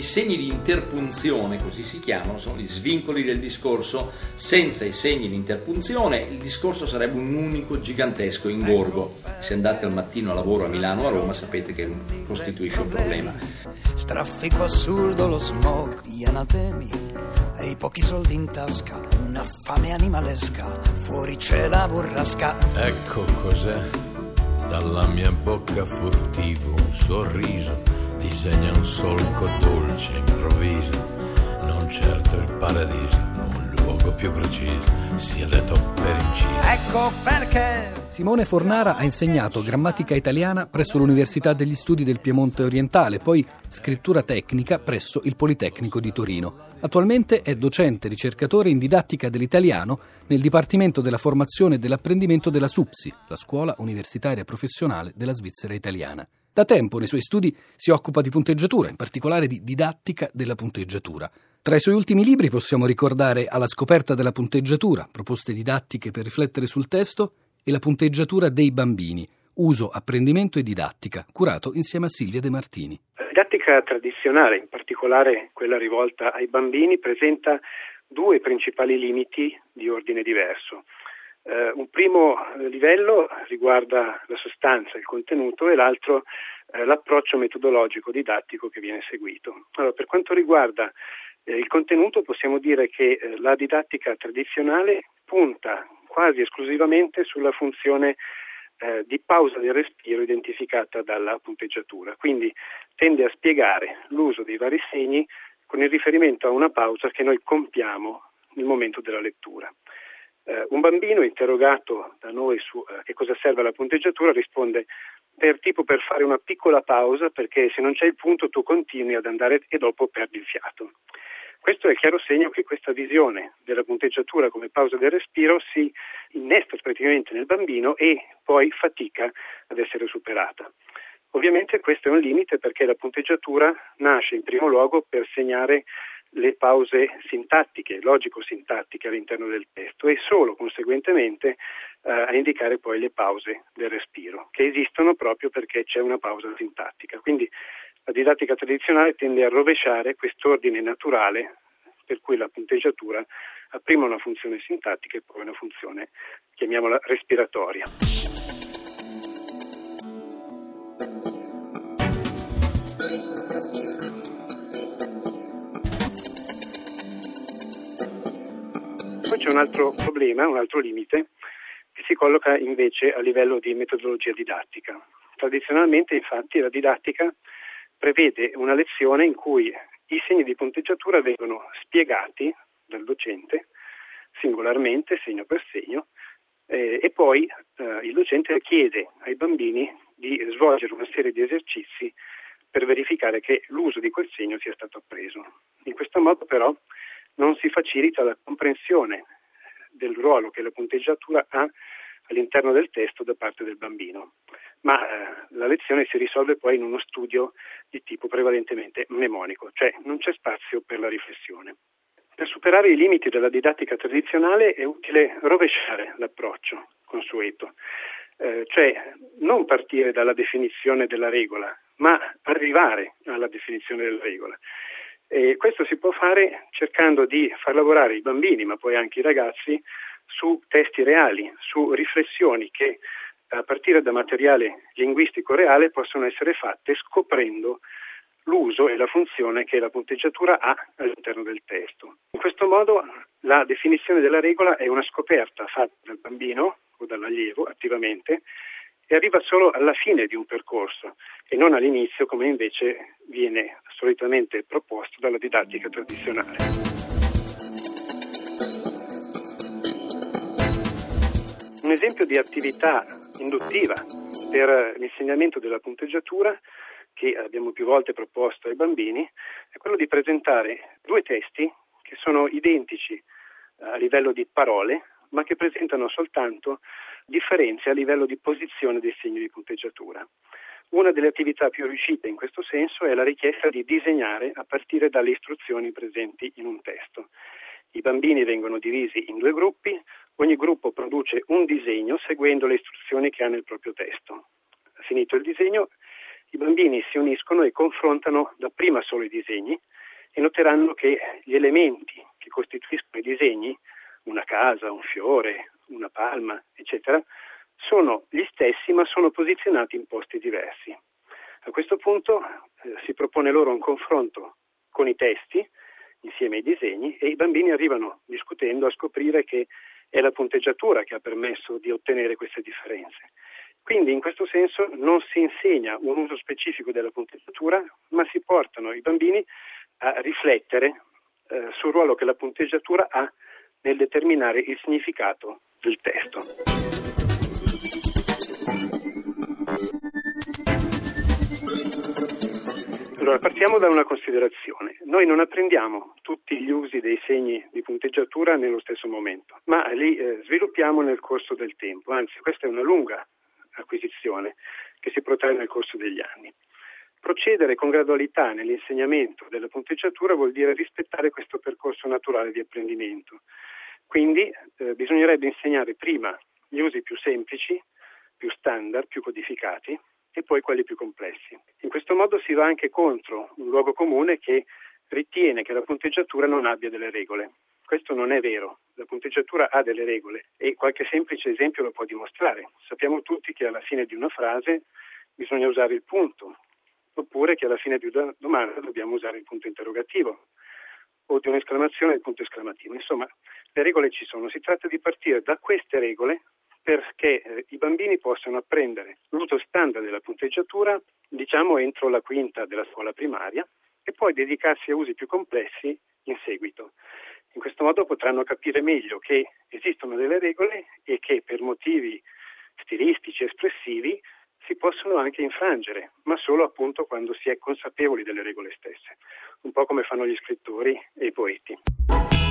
segni di interpunzione, così si chiamano, sono gli svincoli del discorso. Senza i segni di interpunzione il discorso sarebbe un unico gigantesco ingorgo. Se andate al mattino a lavoro a Milano o a Roma sapete che costituisce un problema. Traffico assurdo, lo smog, gli anatemi e i pochi soldi in tasca, una fame animalesca, fuori c'è la burrasca. Ecco cos'è, dalla mia bocca furtivo un sorriso disegna un solco dolce improvviso, non certo il paradiso, un luogo più preciso, sia detto per inciso. Ecco perché Simone Fornara ha insegnato grammatica italiana presso l'Università degli Studi del Piemonte Orientale, poi scrittura tecnica presso il Politecnico di Torino. Attualmente è docente ricercatore in didattica dell'italiano nel Dipartimento della Formazione e dell'Apprendimento della SUPSI, la Scuola Universitaria Professionale della Svizzera Italiana. Da tempo nei suoi studi si occupa di punteggiatura, in particolare di didattica della punteggiatura. Tra i suoi ultimi libri possiamo ricordare Alla scoperta della punteggiatura, proposte didattiche per riflettere sul testo, e La punteggiatura dei bambini, uso, apprendimento e didattica, curato insieme a Silvia De Martini. La didattica tradizionale, in particolare quella rivolta ai bambini, presenta due principali limiti di ordine diverso. Un primo livello riguarda la sostanza, il contenuto, e l'altro l'approccio metodologico didattico che viene seguito. Allora, per quanto riguarda il contenuto, possiamo dire che la didattica tradizionale punta quasi esclusivamente sulla funzione di pausa del respiro identificata dalla punteggiatura, quindi tende a spiegare l'uso dei vari segni con il riferimento a una pausa che noi compiamo nel momento della lettura. Un bambino interrogato da noi su che cosa serve la punteggiatura risponde per fare una piccola pausa, perché se non c'è il punto tu continui ad andare e dopo perdi il fiato. Questo è il chiaro segno che questa visione della punteggiatura come pausa del respiro si innesta praticamente nel bambino e poi fatica ad essere superata. Ovviamente questo è un limite, perché la punteggiatura nasce in primo luogo per segnare le pause sintattiche, logico-sintattiche all'interno del testo, e solo conseguentemente a indicare poi le pause del respiro, che esistono proprio perché c'è una pausa sintattica. Quindi la didattica tradizionale tende a rovesciare quest'ordine naturale per cui la punteggiatura ha prima una funzione sintattica e poi una funzione, chiamiamola, respiratoria. Poi c'è un altro problema, un altro limite, che si colloca invece a livello di metodologia didattica. Tradizionalmente, infatti, la didattica prevede una lezione in cui i segni di punteggiatura vengono spiegati dal docente singolarmente, segno per segno, e poi il docente chiede ai bambini di svolgere una serie di esercizi per verificare che l'uso di quel segno sia stato appreso. In questo modo però non si facilita la comprensione del ruolo che la punteggiatura ha all'interno del testo da parte del bambino, ma la lezione si risolve poi in uno studio di tipo prevalentemente mnemonico, cioè non c'è spazio per la riflessione. Per superare i limiti della didattica tradizionale è utile rovesciare l'approccio consueto, cioè non partire dalla definizione della regola, ma arrivare alla definizione della regola. E questo si può fare cercando di far lavorare i bambini, ma poi anche i ragazzi, su testi reali, su riflessioni che a partire da materiale linguistico reale possono essere fatte scoprendo l'uso e la funzione che la punteggiatura ha all'interno del testo. In questo modo la definizione della regola è una scoperta fatta dal bambino o dall'allievo attivamente e arriva solo alla fine di un percorso e non all'inizio, come invece viene solitamente proposto dalla didattica tradizionale. Un esempio di attività induttiva per l'insegnamento della punteggiatura che abbiamo più volte proposto ai bambini è quello di presentare due testi che sono identici a livello di parole, ma che presentano soltanto differenze a livello di posizione dei segni di punteggiatura. Una delle attività più riuscite in questo senso è la richiesta di disegnare a partire dalle istruzioni presenti in un testo. I bambini vengono divisi in due gruppi, ogni gruppo produce un disegno seguendo le istruzioni che ha nel proprio testo. Finito il disegno, i bambini si uniscono e confrontano dapprima solo i disegni e noteranno che gli elementi che costituiscono i disegni, una casa, un fiore, una palma, eccetera, sono gli stessi ma sono posizionati in posti diversi. A questo punto si propone loro un confronto con i testi insieme ai disegni e i bambini arrivano discutendo a scoprire che è la punteggiatura che ha permesso di ottenere queste differenze. Quindi in questo senso non si insegna un uso specifico della punteggiatura, ma si portano i bambini a riflettere sul ruolo che la punteggiatura ha nel determinare il significato del testo. Allora, partiamo da una considerazione. Noi non apprendiamo tutti gli usi dei segni di punteggiatura nello stesso momento, ma li sviluppiamo nel corso del tempo. Anzi, questa è una lunga acquisizione che si protrae nel corso degli anni. Procedere con gradualità nell'insegnamento della punteggiatura vuol dire rispettare questo percorso naturale di apprendimento. Quindi bisognerebbe insegnare prima gli usi più semplici, più standard, più codificati, e poi quelli più complessi. In questo modo si va anche contro un luogo comune che ritiene che la punteggiatura non abbia delle regole. Questo non è vero, la punteggiatura ha delle regole e qualche semplice esempio lo può dimostrare. Sappiamo tutti che alla fine di una frase bisogna usare il punto, oppure che alla fine di una domanda dobbiamo usare il punto interrogativo, o di un'esclamazione il punto esclamativo. Insomma, le regole ci sono, si tratta di partire da queste regole perché i bambini possano apprendere l'uso standard della punteggiatura, diciamo entro la quinta della scuola primaria, e poi dedicarsi a usi più complessi in seguito. In questo modo potranno capire meglio che esistono delle regole e che per motivi stilistici e espressivi si possono anche infrangere, ma solo appunto quando si è consapevoli delle regole stesse, un po' come fanno gli scrittori e i poeti.